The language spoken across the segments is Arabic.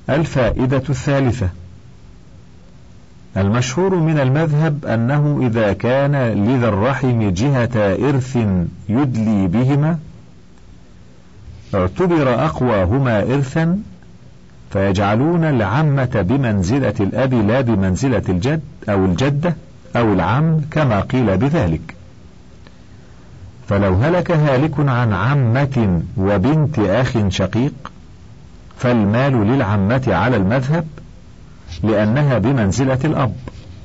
الفائدة الثالثة: المشهور من المذهب أنه إذا كان لذا الرحم جهة إرث يدلي بهما اعتبر أقواهما إرثا، فيجعلون العمة بمنزلة الأب لا بمنزلة الجد أو الجدة أو العم كما قيل بذلك. فلو هلك هالك عن عمة وبنت أخ شقيق فالمال للعمة على المذهب لأنها بمنزلة الأب،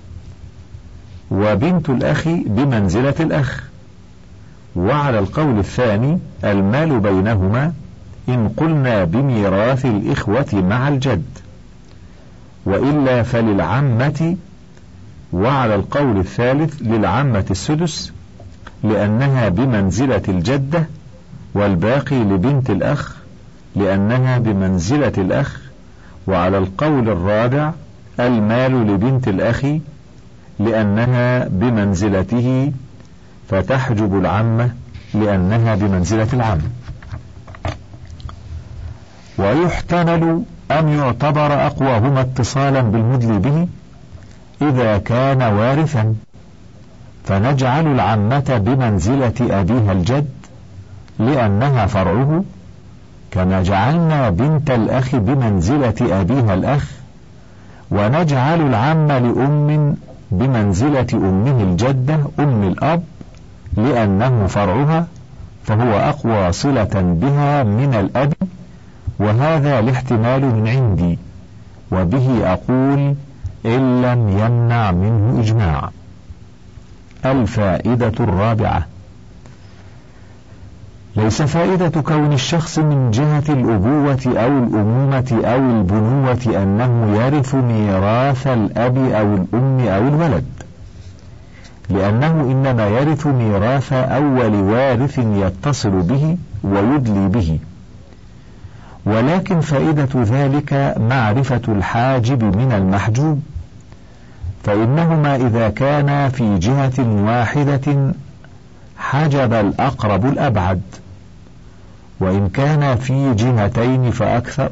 وبنت الأخ بمنزلة الأخ، وعلى القول الثاني المال بينهما إن قلنا بميراث الإخوة مع الجد، وإلا فللعمة، وعلى القول الثالث للعمة السدس لأنها بمنزلة الجدة، والباقي لبنت الأخ لأنها بمنزلة الأخ، وعلى القول الرابع المال لبنت الأخ لأنها بمنزلته فتحجب العمة لأنها بمنزلة العم. ويحتمل أن يعتبر أقواهما اتصالا بالمدلي به إذا كان وارثا، فنجعل العمة بمنزلة أبيها الجد لأنها فرعه، كما جعلنا بنت الأخ بمنزلة أبيها الأخ، ونجعل العم لأم بمنزلة أمه الجدة أم الأب لأنه فرعها، فهو أقوى صلة بها من الأب، وهذا الاحتمال من عندي، وبه أقول إن لم يمنع منه إجماع. الفائدة الرابعة: ليس فائدة كون الشخص من جهة الأبوة أو الأمومة أو البنوة أنه يرث ميراث الأب أو الأم أو الولد، لأنه إنما يرث ميراث أول وارث يتصل به ويدلي به، ولكن فائدة ذلك معرفة الحاجب من المحجوب، فإنهما إذا كانا في جهة واحدة حجب الأقرب الأبعد، وإن كان في جهتين فأكثر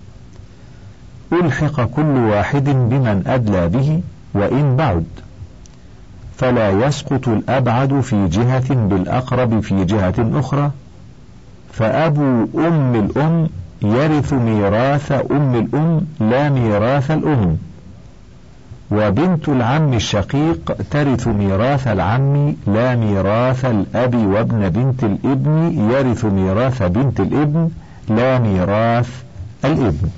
ألحق كل واحد بمن أدلى به وإن بعد، فلا يسقط الأبعد في جهة بالأقرب في جهة أخرى، فأبو أم الأم يرث ميراث أم الأم لا ميراث الأم، وبنت العم الشقيق ترث ميراث العم لا ميراث الأب، وابن بنت الابن يرث ميراث بنت الابن لا ميراث الابن.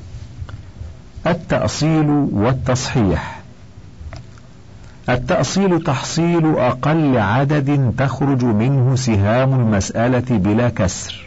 التأصيل والتصحيح: التأصيل تحصيل أقل عدد تخرج منه سهام المسألة بلا كسر،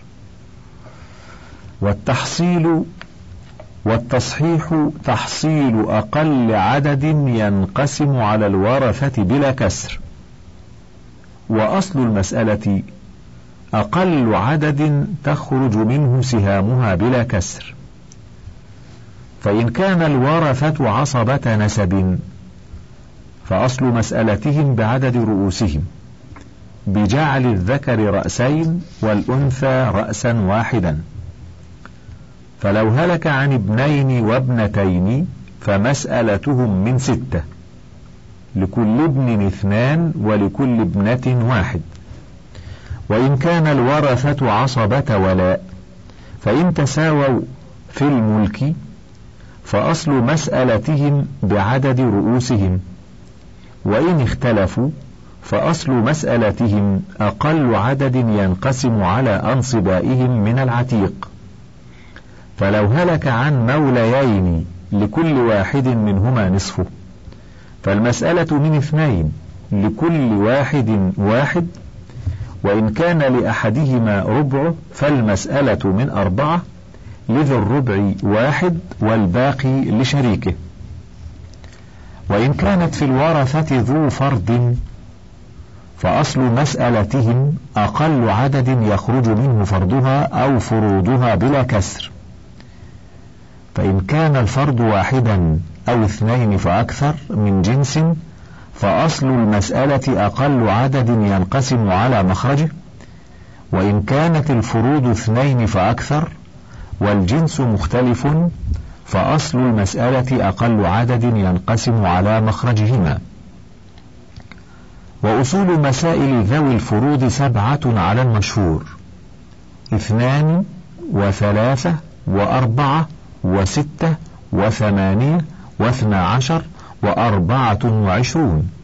والتصحيح تحصيل أقل عدد ينقسم على الورثة بلا كسر. وأصل المسألة أقل عدد تخرج منه سهامها بلا كسر، فإن كان الورثة عصبة نسب فأصل مسألتهم بعدد رؤوسهم بجعل الذكر رأسين والأنثى رأسا واحدا، فلو هلك عن ابنين وابنتين فمسألتهم من 6، لكل ابن 2 ولكل ابنة 1. وإن كان الورثة عصبة ولاء فإن تساووا في الملك فأصل مسألتهم بعدد رؤوسهم، وإن اختلفوا فأصل مسألتهم أقل عدد ينقسم على أنصبائهم من العتيق. فلو هلك عن موليين لكل واحد منهما نصفه فالمسألة من 2 لكل واحد 1، وإن كان لأحدهما ربع فالمسألة من 4 لذي الربع 1 والباقي لشريكه. وإن كانت في الورثة ذو فرد فأصل مسألتهم أقل عدد يخرج منه فرضها أو فروضها بلا كسر، فإن كان الفرد 1 أو 2 فأكثر من جنس فأصل المسألة أقل عدد ينقسم على مخرجه، وإن كانت الفروض 2 فأكثر والجنس مختلف فأصل المسألة أقل عدد ينقسم على مخرجهما. وأصول مسائل ذوي الفروض 7 على المشهور: 2 و3 و4 و6 و8 و12 و24.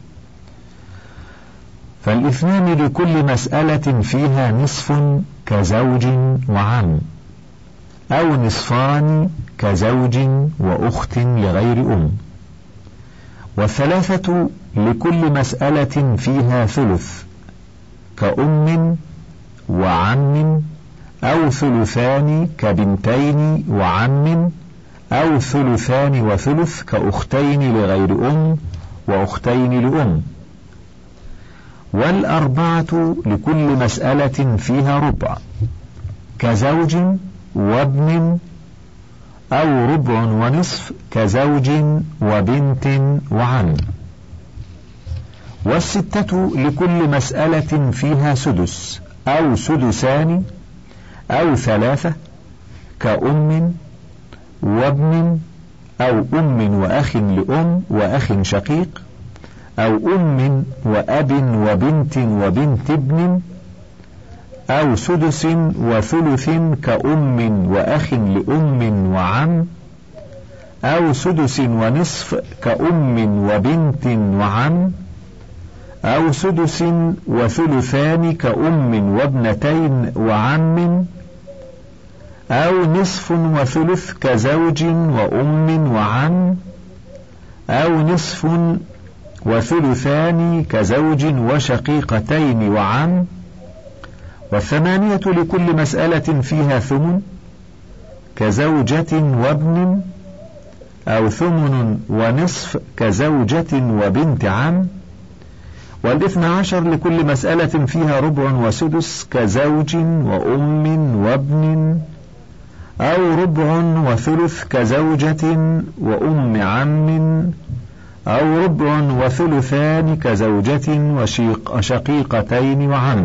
فالاثنان لكل مسألة فيها نصف كزوج وعم، أو نصفان كزوج وأخت لغير أم. والثلاثة لكل مسألة فيها ثلث كأم وعم، أو ثلثان كبنتين وعم، أو ثلثان وثلث كأختين لغير أم وأختين لأم. والأربعة لكل مسألة فيها ربع كزوج وابن، أو ربع ونصف كزوج وبنت وعم. والستة لكل مسألة فيها سدس أو سدسان، أو 3 كأم وابن، أو أم وأخ لأم وأخ شقيق، أو أم وأب وبنت وبنت ابن، أو سدس وثلث كأم وأخ لأم وعم، أو سدس ونصف كأم وبنت وعم، أو سدس وثلثان كأم وابنتين وعم، أو نصف وثلث كزوج وأم وعم، أو نصف وثلثان كزوج وشقيقتين وعم. والثمانية لكل مسألة فيها ثمن كزوجة وابن، أو ثمن ونصف كزوجة وبنت عم. 12 لكل مسألة فيها ربع وسدس كزوج وأم وابن، أو ربع وثلث كزوجة وأم عم، أو ربع وثلثان كزوجة وشقيقتين وعم.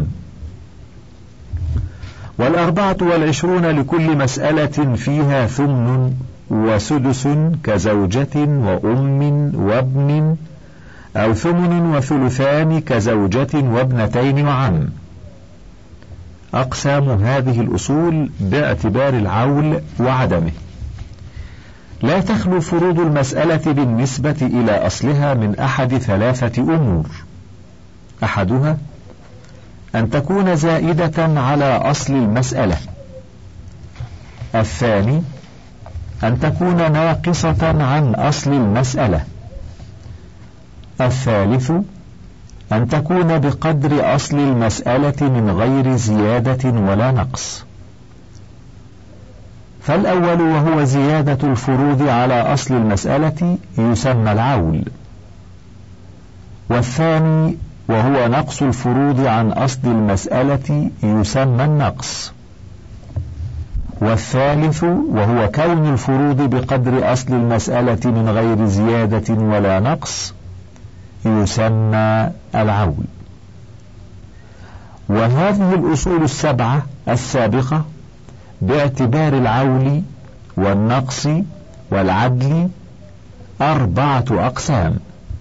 24 لكل مسألة فيها ثمن وسدس كزوجة وأم وابن، أو ثمن وثلثان كزوجة وابنتين وعم. أقسام هذه الأصول باعتبار العول وعدمه. لا تخلو فروض المسألة بالنسبة إلى أصلها من أحد 3 أمور: أحدها أن تكون زائدة على أصل المسألة، الثاني أن تكون ناقصة عن أصل المسألة، الثالث أن تكون بقدر أصل المسألة من غير زيادة ولا نقص. فالأول وهو زيادة الفروض على أصل المسألة يسمى العول، والثاني وهو نقص الفروض عن أصل المسألة يسمى النقص، والثالث وهو كون الفروض بقدر أصل المسألة من غير زيادة ولا نقص يسمى العول. وهذه الأصول 7 السابقة باعتبار العول والنقص والعدل 4 أقسام: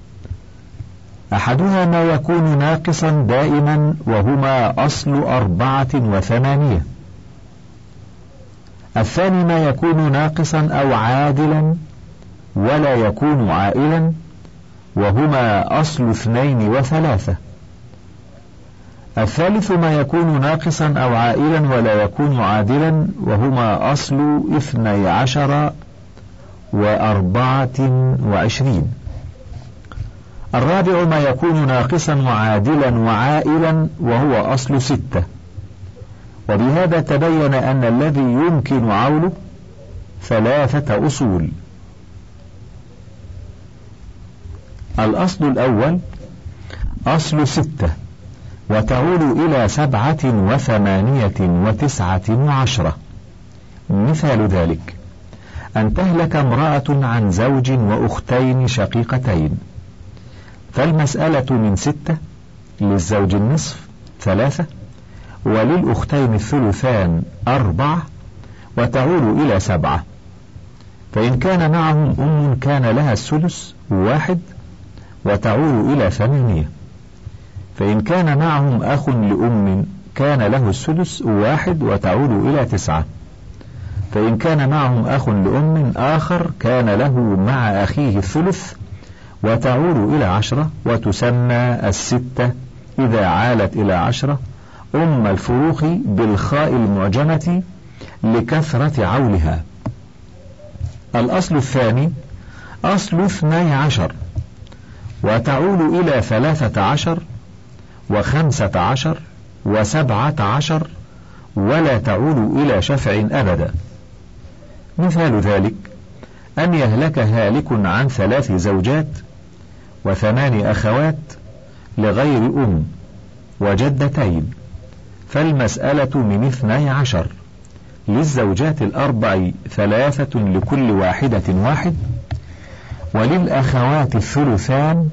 أحدها ما يكون ناقصا دائما وهما أصل 4 و8، الثاني ما يكون ناقصا أو عادلا ولا يكون عائلا وهما أصل 2 و3، الثالث ما يكون ناقصا أو عائلا ولا يكون عادلا وهما أصل 12 و24، الرابع ما يكون ناقصا وعادلا وعائلا وهو أصل 6. وبهذا تبين أن الذي يمكن عوله 3 أصول: الأصل الأول أصل 6 وتعود إلى 7 و8 و9 و10. مثال ذلك أن تهلك امرأة عن زوج وأختين شقيقتين، فالمسألة من 6: للزوج النصف 3، وللأختين الثلثان 4، وتعود إلى 7. فإن كان معهم أم كان لها السدس 1 وتعول إلى 8. فإن كان معهم أخ لأم كان له السدس 1 وتعول إلى 9. فإن كان معهم أخ لأم آخر كان له مع أخيه الثلث وتعول إلى 10، وتسمى 6 إذا عالت إلى 10 أم الفروخ بالخاء المعجمة لكثرة عولها. الأصل الثاني أصل 12 وتعول إلى 13 و15 و17 ولا تعول إلى شفع أبدا. مثال ذلك أن يهلك هالك عن 3 زوجات و8 أخوات لغير أم وجدتين، فالمسألة من 12. للزوجات 4 3 لكل واحدة 1، وللأخوات 3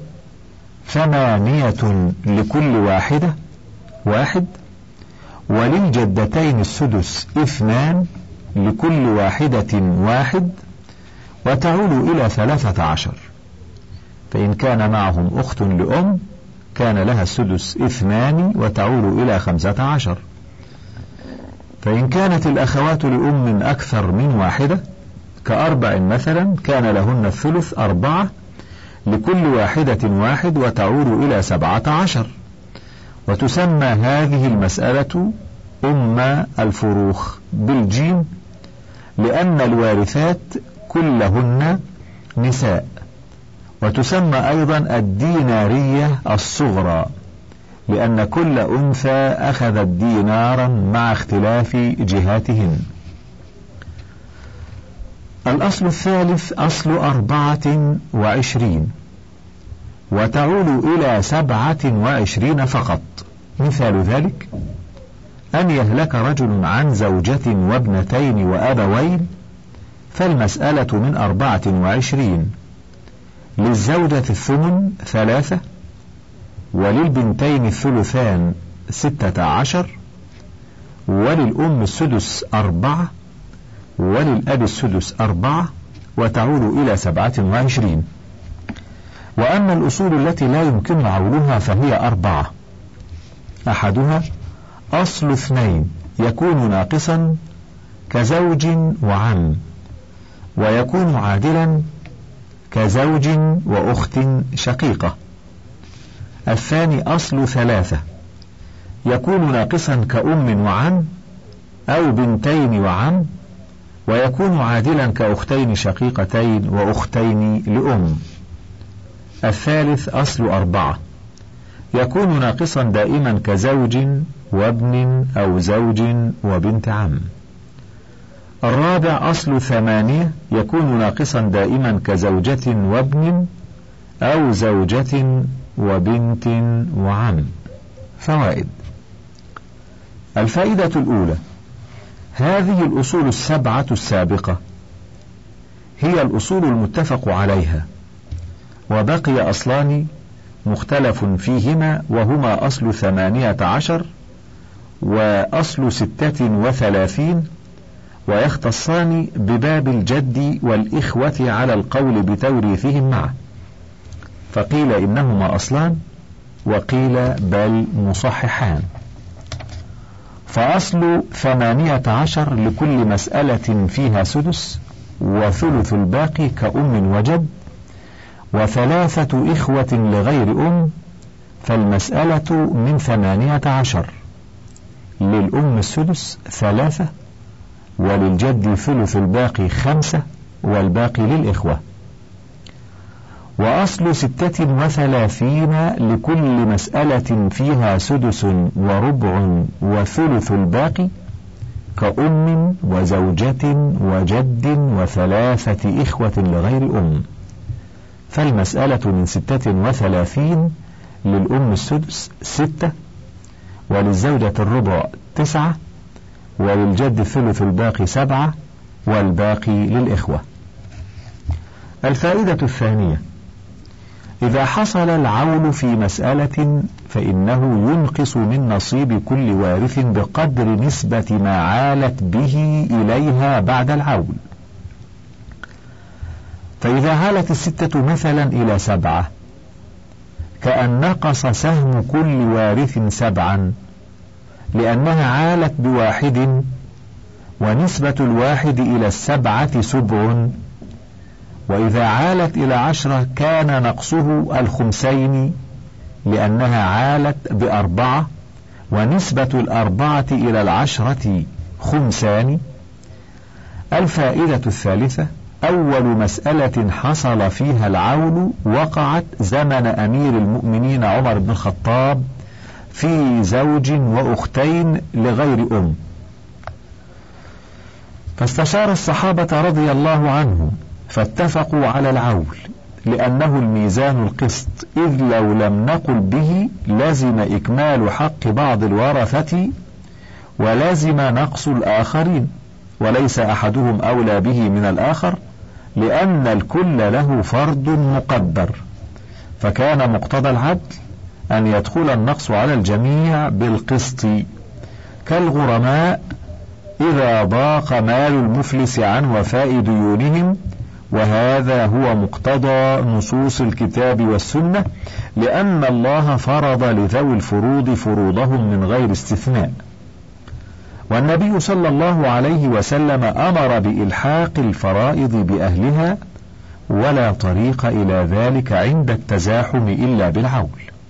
8 لكل واحدة 1، وللجدتين السدس 2 لكل واحدة 1، وتعول إلى 13. فإن كان معهم أخت لأم كان لها السدس 2 وتعول إلى 15. فإن كانت الأخوات لأم أكثر من واحدة ك4 مثلا كان لهن الثلث 4 لكل واحدة 1 وتعول إلى 17. وتسمى هذه المسألة أم الفروخ بالجيم، لأن الوارثات كلهن نساء. وتسمى أيضا الدينارية الصغرى، لأن كل أنثى أخذت دينارا مع اختلاف جهاتهن. الأصل الثالث أصل 24 وتعول إلى 27 فقط. مثال ذلك أن يهلك رجل عن زوجة وابنتين وأبوين، فالمسألة من 24. للزوجة 8 3، وللبنتين 3 16، وللأم السدس 4، وللأب السدس 4، وتعول إلى 27. وأما الأصول التي لا يمكن عولها فهي 4. أحدها أصل 2 يكون ناقصا كزوج وعم، ويكون عادلا كزوج وأخت شقيقة. الثاني أصل 3 يكون ناقصا كأم وعم أو بنتين وعم، ويكون عادلا كأختين شقيقتين وأختين لأم. الثالث أصل 4 يكون ناقصا دائما كزوج وابن أو زوج وبنت عم. الرابع أصل 8 يكون ناقصا دائما كزوجة وابن أو زوجة وبنت وعم. فوائد: الفائدة الأولى: هذه الأصول 7 السابقة هي الأصول المتفق عليها، وبقي أصلان مختلف فيهما، وهما أصل 18 وأصل 36، ويختصان بباب الجد والإخوة على القول بتوريثهم معه، فقيل إنهما أصلان وقيل بل مصححان. فأصل 18 لكل مسألة فيها سدس وثلث الباقي كأم وجد، و3 إخوة لغير أم، فالمسألة من 18. للأم السدس 3، وللجد ثلث الباقي 5، والباقي للإخوة. وأصل 36 لكل مسألة فيها سدس وربع وثلث الباقي كأم وزوجة وجد و3 إخوة لغير أم، فالمسألة من 36. للأم السدس 6، وللزوجة الربع 9، وللجد الثلث الباقي 7، والباقي للإخوة. الفائدة الثانية: إذا حصل العول في مسألة فإنه ينقص من نصيب كل وارث بقدر نسبة ما عالت به إليها بعد العول. فإذا عالت الستة مثلا إلى 7 كأن نقص سهم كل وارث 7 لأنها عالت ب1 ونسبة 1 إلى 7 7. وإذا عالت إلى 10 كان نقصه 5 لأنها عالت ب4 ونسبة 4 إلى 10 5. الفائدة الثالثة: أول مسألة حصل فيها العول وقعت زمن أمير المؤمنين عمر بن الخطاب في زوج وأختين لغير أم، فاستشار الصحابة رضي الله عنهم فاتفقوا على العول لأنه الميزان القسط، إذ لو لم نقل به لازم إكمال حق بعض الورثة ولازم نقص الآخرين، وليس أحدهم أولى به من الآخر لأن الكل له فرض مقدر، فكان مقتضى العدل أن يدخل النقص على الجميع بالقسط كالغرماء إذا ضاق مال المفلس عن وفاء ديونهم، وهذا هو مقتضى نصوص الكتاب والسنة لأن الله فرض لذوي الفروض فروضهم من غير استثناء. والنبي صلى الله عليه وسلم أمر بإلحاق الفرائض بأهلها ولا طريق إلى ذلك عند التزاحم إلا بالعول.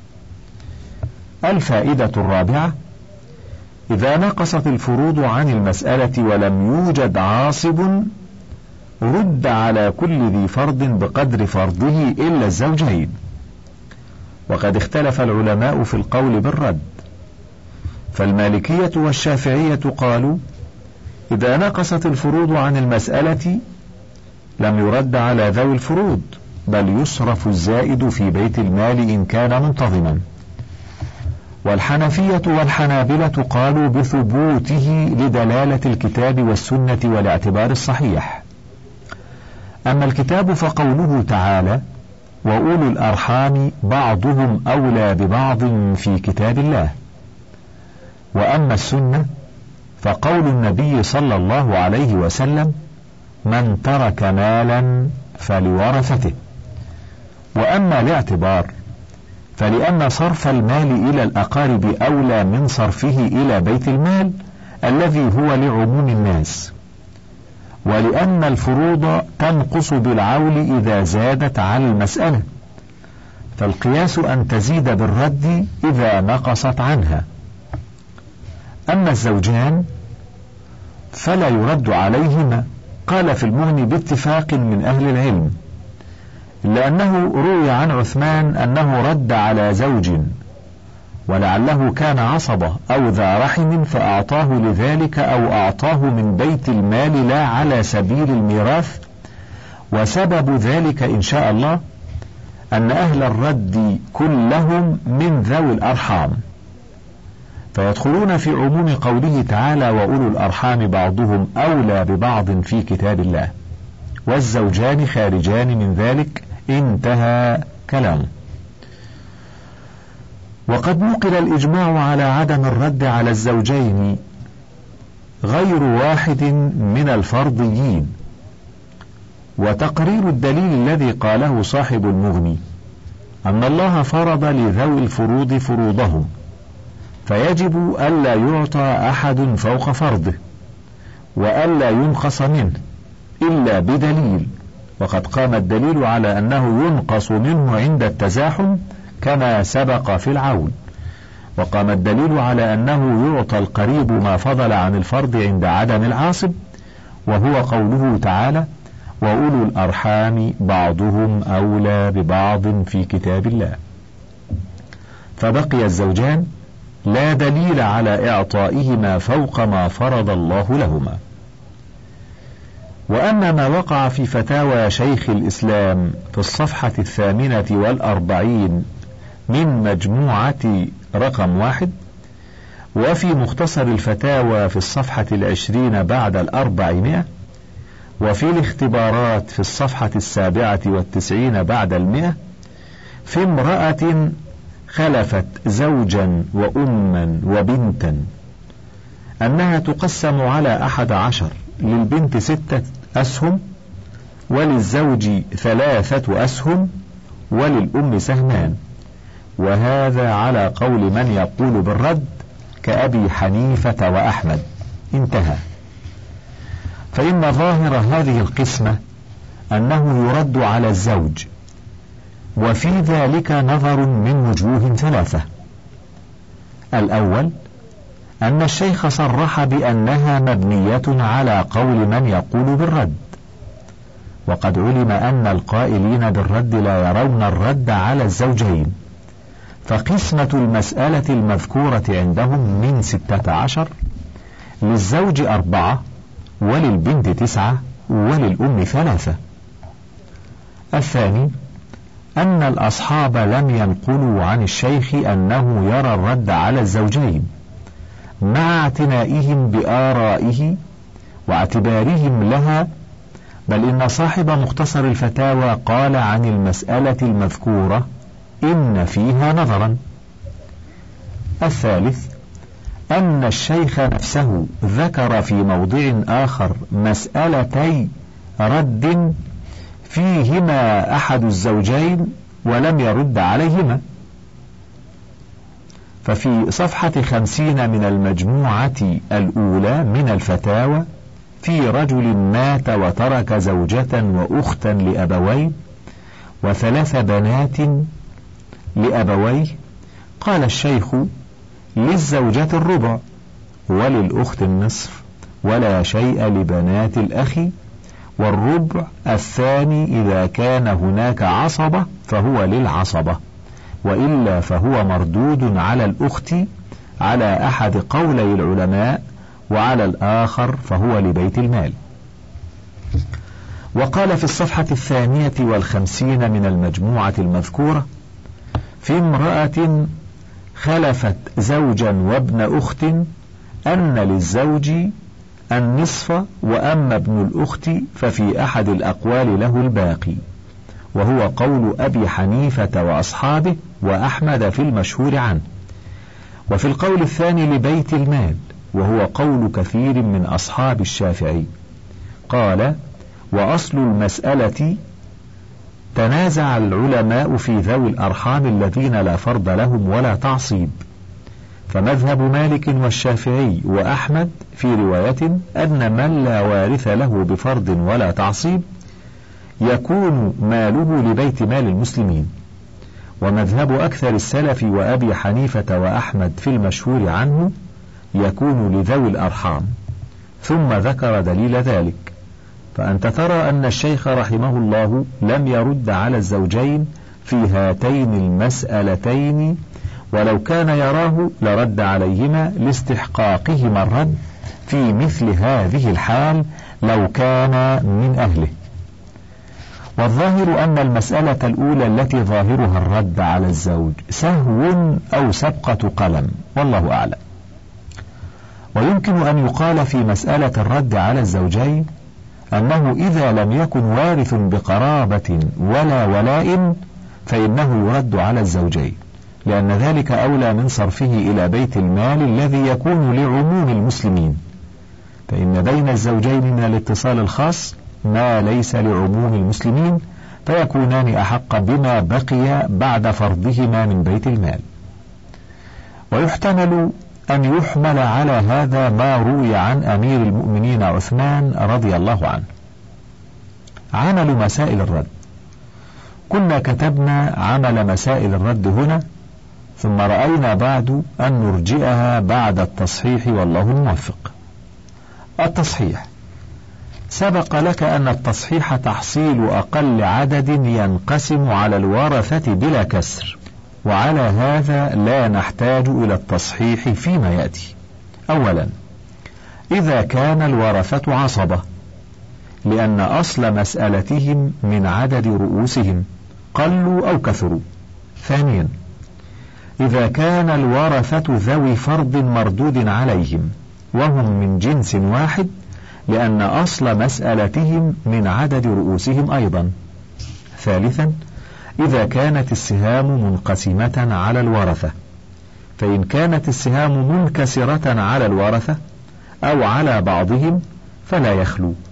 الفائدة الرابعة: إذا نقصت الفروض عن المسألة ولم يوجد عاصب رد على كل ذي فرض بقدر فرضه إلا الزوجين، وقد اختلف العلماء في القول بالرد، فالمالكية والشافعية قالوا إذا نقصت الفروض عن المسألة لم يرد على ذوي الفروض بل يصرف الزائد في بيت المال إن كان منتظما، والحنفية والحنابلة قالوا بثبوته لدلالة الكتاب والسنة والاعتبار الصحيح. أما الكتاب فقوله تعالى: وأولو الأرحام بعضهم أولى ببعض في كتاب الله. وأما السنة فقول النبي صلى الله عليه وسلم: من ترك مالا فلورثته. وأما الاعتبار فلأن صرف المال إلى الأقارب أولى من صرفه إلى بيت المال الذي هو لعموم الناس، ولأن الفروض تنقص بالعول إذا زادت على المسألة، فالقياس أن تزيد بالرد إذا نقصت عنها. أما الزوجان فلا يرد عليهما، قال في المغني باتفاق من أهل العلم، لأنه روي عن عثمان أنه رد على زوج ولعله كان عصبة أو ذا رحم فأعطاه لذلك أو أعطاه من بيت المال لا على سبيل الميراث، وسبب ذلك إن شاء الله أن أهل الرد كلهم من ذوي الأرحام، فيدخلون في عموم قوله تعالى: وأولو الأرحام بعضهم أولى ببعض في كتاب الله، والزوجان خارجان من ذلك. انتهى كلامه. وقد نقل الإجماع على عدم الرد على الزوجين غير واحد من الفرضيين، وتقرير الدليل الذي قاله صاحب المغني أن الله فرض لذوي الفروض فروضهم، فيجب ألا يعطى أحد فوق فرضه وألا ينقص منه إلا بدليل، وقد قام الدليل على أنه ينقص منه عند التزاحم كما سبق في العول، وقام الدليل على أنه يعطى القريب ما فضل عن الفرض عند عدم العاصب، وهو قوله تعالى: وأولو الأرحام بعضهم أولى ببعض في كتاب الله. فبقي الزوجان لا دليل على إعطائهما فوق ما فرض الله لهما. وأما ما وقع في فتاوى شيخ الإسلام في الصفحة 48 من مجموعة رقم 1، وفي مختصر الفتاوى في الصفحة 20 بعد 400، وفي الاختبارات في الصفحة 97 بعد 100، في امرأة خلفت زوجا وأما وبنتا أنها تقسم على 11، للبنت 6 أسهم وللزوج 3 أسهم وللأم سهمان، وهذا على قول من يقول بالرد كأبي حنيفة وأحمد. انتهى. فإن ظاهر هذه القسمة أنه يرد على الزوج، وفي ذلك نظر من وجوه 3. الأول أن الشيخ صرح بأنها مبنية على قول من يقول بالرد، وقد علم أن القائلين بالرد لا يرون الرد على الزوجين، فقسمة المسألة المذكورة عندهم من 16 للزوج 4 وللبنت 9 وللأم 3. الثاني أن الأصحاب لم ينقلوا عن الشيخ أنه يرى الرد على الزوجين، مع اعتنائهم بآرائه واعتبارهم لها، بل إن صاحب مختصر الفتاوى قال عن المسألة المذكورة إن فيها نظرا. الثالث أن الشيخ نفسه ذكر في موضع آخر مسألتي رد فيهما أحد الزوجين ولم يرد عليهما، ففي صفحة 50 من المجموعة الأولى من الفتاوى في رجل مات وترك زوجة وأختا لأبوين و3 بنات لأبويه، قال الشيخ للزوجة 1/4 وللأخت 1/2 ولا شيء لبنات الأخ، والربع الثاني إذا كان هناك عصبة فهو للعصبة، وإلا فهو مردود على الأخت على أحد قولي العلماء، وعلى الآخر فهو لبيت المال. وقال في الصفحة 52 من المجموعة المذكورة في امرأة خلفت زوجا وابن أخت أن للزوج 1/2، وأما ابن الأخت ففي أحد الأقوال له الباقي، وهو قول أبي حنيفة وأصحابه وأحمد في المشهور عنه. وفي القول الثاني لبيت المال، وهو قول كثير من أصحاب الشافعي. قال: وأصل المسألة تنازع العلماء في ذوي الأرحام الذين لا فرض لهم ولا تعصيب، فمذهب مالك والشافعي وأحمد في رواية أن من لا وارث له بفرض ولا تعصيب يكون ماله لبيت مال المسلمين، ومذهب أكثر السلف وأبي حنيفة وأحمد في المشهور عنه يكون لذوي الأرحام، ثم ذكر دليل ذلك. فأنت ترى أن الشيخ رحمه الله لم يرد على الزوجين في هاتين المسألتين، ولو كان يراه لرد عليهما لاستحقاقهما الرد في مثل هذه الحال لو كان من أهله. والظاهر أن المسألة الأولى التي ظاهرها الرد على الزوج سهو أو سبقة قلم، والله أعلم. ويمكن أن يقال في مسألة الرد على الزوجين أنه إذا لم يكن وارث بقرابة ولا ولاء فإنه يرد على الزوجين، لأن ذلك أولى من صرفه إلى بيت المال الذي يكون لعموم المسلمين، فإن بين الزوجين من الاتصال الخاص ما ليس لعموم المسلمين، فيكونان أحق بما بقي بعد فرضهما من بيت المال. ويحتمل أن يحمل على هذا ما روي عن أمير المؤمنين عثمان رضي الله عنه. عمل مسائل الرد: كنا كتبنا عمل مسائل الرد هنا، ثم رأينا بعد أن نرجئها بعد التصحيح، والله الموفق. التصحيح: سبق لك أن التصحيح تحصيل أقل عدد ينقسم على الورثة بلا كسر، وعلى هذا لا نحتاج إلى التصحيح فيما يأتي. أولا، إذا كان الورثة عصبة، لأن أصل مسألتهم من عدد رؤوسهم قلوا أو كثروا. ثانيا، إذا كان الورثة ذوي فرض مردود عليهم وهم من جنس واحد، لأن أصل مسألتهم من عدد رؤوسهم أيضا. ثالثا، إذا كانت السهام منقسمة على الورثة، فإن كانت السهام منكسرة على الورثة أو على بعضهم فلا يخلو،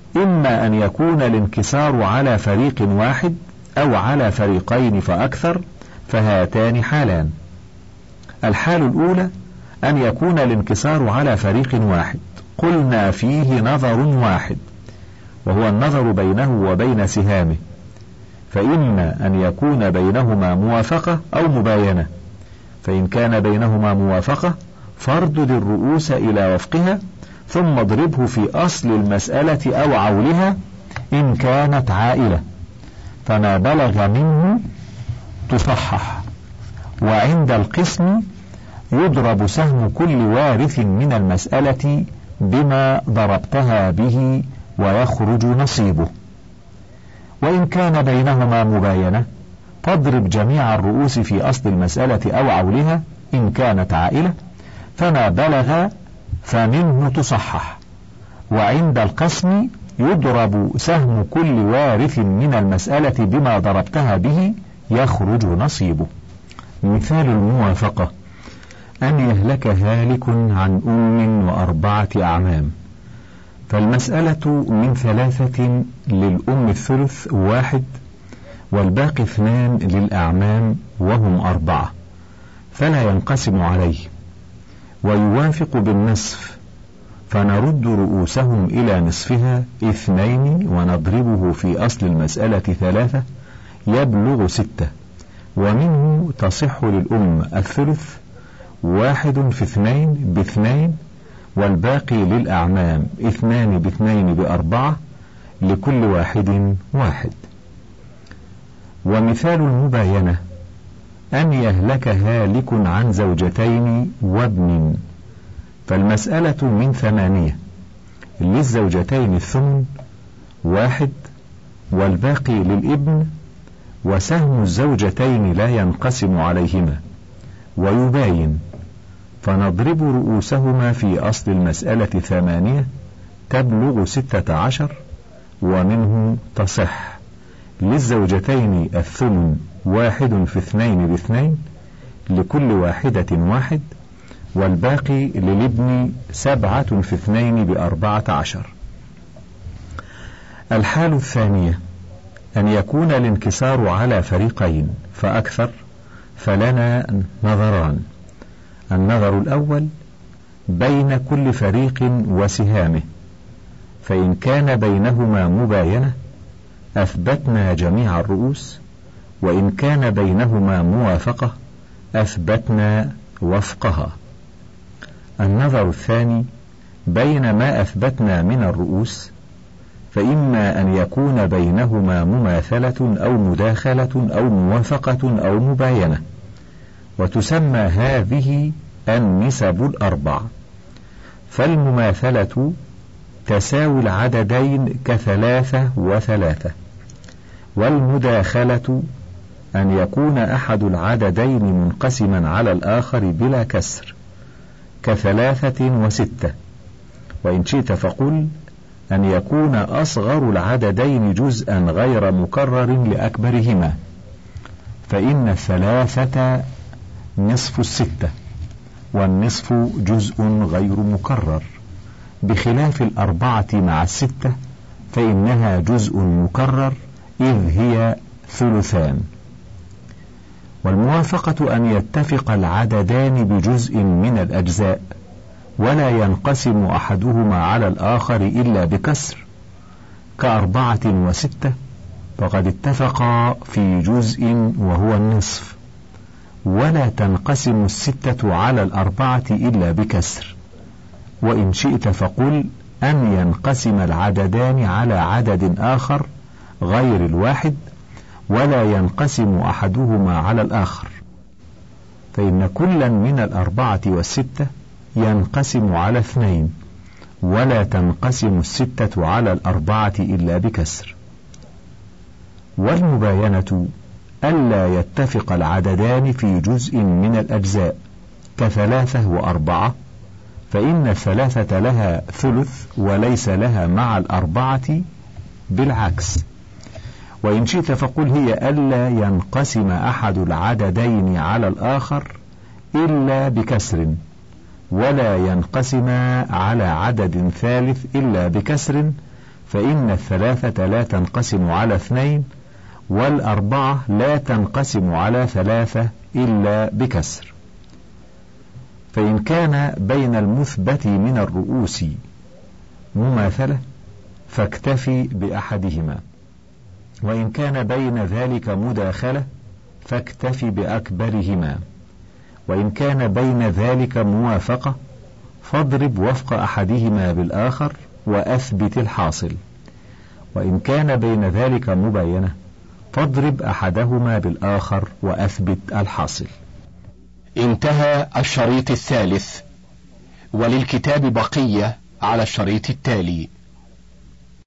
إما أن يكون الانكسار على فريق واحد أو على فريقين فأكثر، فهاتان حالان. الحال الأولى أن يكون الانكسار على فريق واحد، قلنا فيه نظر واحد، وهو النظر بينه وبين سهامه، فإما أن يكون بينهما موافقة أو مباينة. فإن كان بينهما موافقة فاردد الرؤوس إلى وفقها، ثم اضربه في أصل المسألة أو عولها إن كانت عائلة، فما بلغ منه تصحح. وعند القسم يضرب سهم كل وارث من المسألة بما ضربتها به ويخرج نصيبه. وإن كان بينهما مباينة فاضرب جميع الرؤوس في أصل المسألة أو عولها إن كانت عائلة، فما بلغ فمنه تصحح. وعند القسم يضرب سهم كل وارث من المسألة بما ضربتها به يخرج نصيبه. مثال الموافقة: أن يهلك هالك عن أم و4 أعمام، فالمسألة من 3 للأم الثلث 1 والباقي 2 للأعمام وهم 4، فلا ينقسم عليه، ويوافق بالنصف، فنرد رؤوسهم إلى نصفها 2 ونضربه في أصل المسألة 3 يبلغ 6، ومنه تصح للأم الثلث 1 في 2 ب2، والباقي للأعمام 2 ب2 ب4، لكل واحد 1. ومثال المباينة: أن يهلك هالك عن 2 وابن، فالمسألة من 8 للزوجتين الثمن 1 والباقي للابن، وسهم الزوجتين لا ينقسم عليهما، ويباين، فنضرب رؤوسهما في أصل المسألة 8 تبلغ 16، ومنه تصح للزوجتين الثمن 1 في 2 ب2، لكل واحدة 1، والباقي للابن 7 في 2 ب14. الحال الثانية أن يكون الانكسار على فريقين فأكثر، فلنا نظران: النظر الأول بين كل فريق وسهامه، فإن كان بينهما مباينة أثبتنا جميع الرؤوس، وإن كان بينهما موافقة أثبتنا وفقها. النظر الثاني بين ما أثبتنا من الرؤوس، فإما أن يكون بينهما مماثلة أو مداخلة أو موافقة أو مباينة، وتسمى هذه النسب ال4. فالمماثلة تساوي العددين ك3 و3، والمداخلة أن يكون أحد العددين منقسما على الآخر بلا كسر ك3 و6، وإن شئت فقل أن يكون أصغر العددين جزءا غير مكرر لأكبرهما، فإن 3 نصف 6، والنصف جزء غير مكرر، بخلاف 4 مع 6 فإنها جزء مكرر إذ هي ثلثان. والموافقة أن يتفق العددان بجزء من الأجزاء ولا ينقسم أحدهما على الآخر إلا بكسر، ك4 و6 فقد اتفقا في جزء وهو النصف، ولا تنقسم 6 على 4 إلا بكسر. وإن شئت فقل أن ينقسم العددان على عدد آخر غير الواحد، ولا ينقسم أحدهما على الآخر، فإن كلا من 4 و6 ينقسم على 2، ولا تنقسم 6 على 4 إلا بكسر. والمباينة ألا يتفق العددان في جزء من الأجزاء ك3 و4، فإن 3 لها ثلث وليس لها مع 4 بالعكس. وإن شئت فقل هي ألا ينقسم أحد العددين على الآخر إلا بكسر، ولا ينقسم على عدد ثالث إلا بكسر، فإن الثلاثة لا تنقسم على 2 والأربعة لا تنقسم على 3 إلا بكسر. فإن كان بين المثبت من الرؤوس مماثلة فاكتفي بأحدهما، وإن كان بين ذلك مداخلة فاكتفي بأكبرهما، وإن كان بين ذلك موافقة فاضرب وفق أحدهما بالآخر وأثبت الحاصل، وإن كان بين ذلك مباينة فاضرب أحدهما بالآخر وأثبت الحاصل. انتهى الشريط الثالث، وللكتاب بقية على الشريط التالي.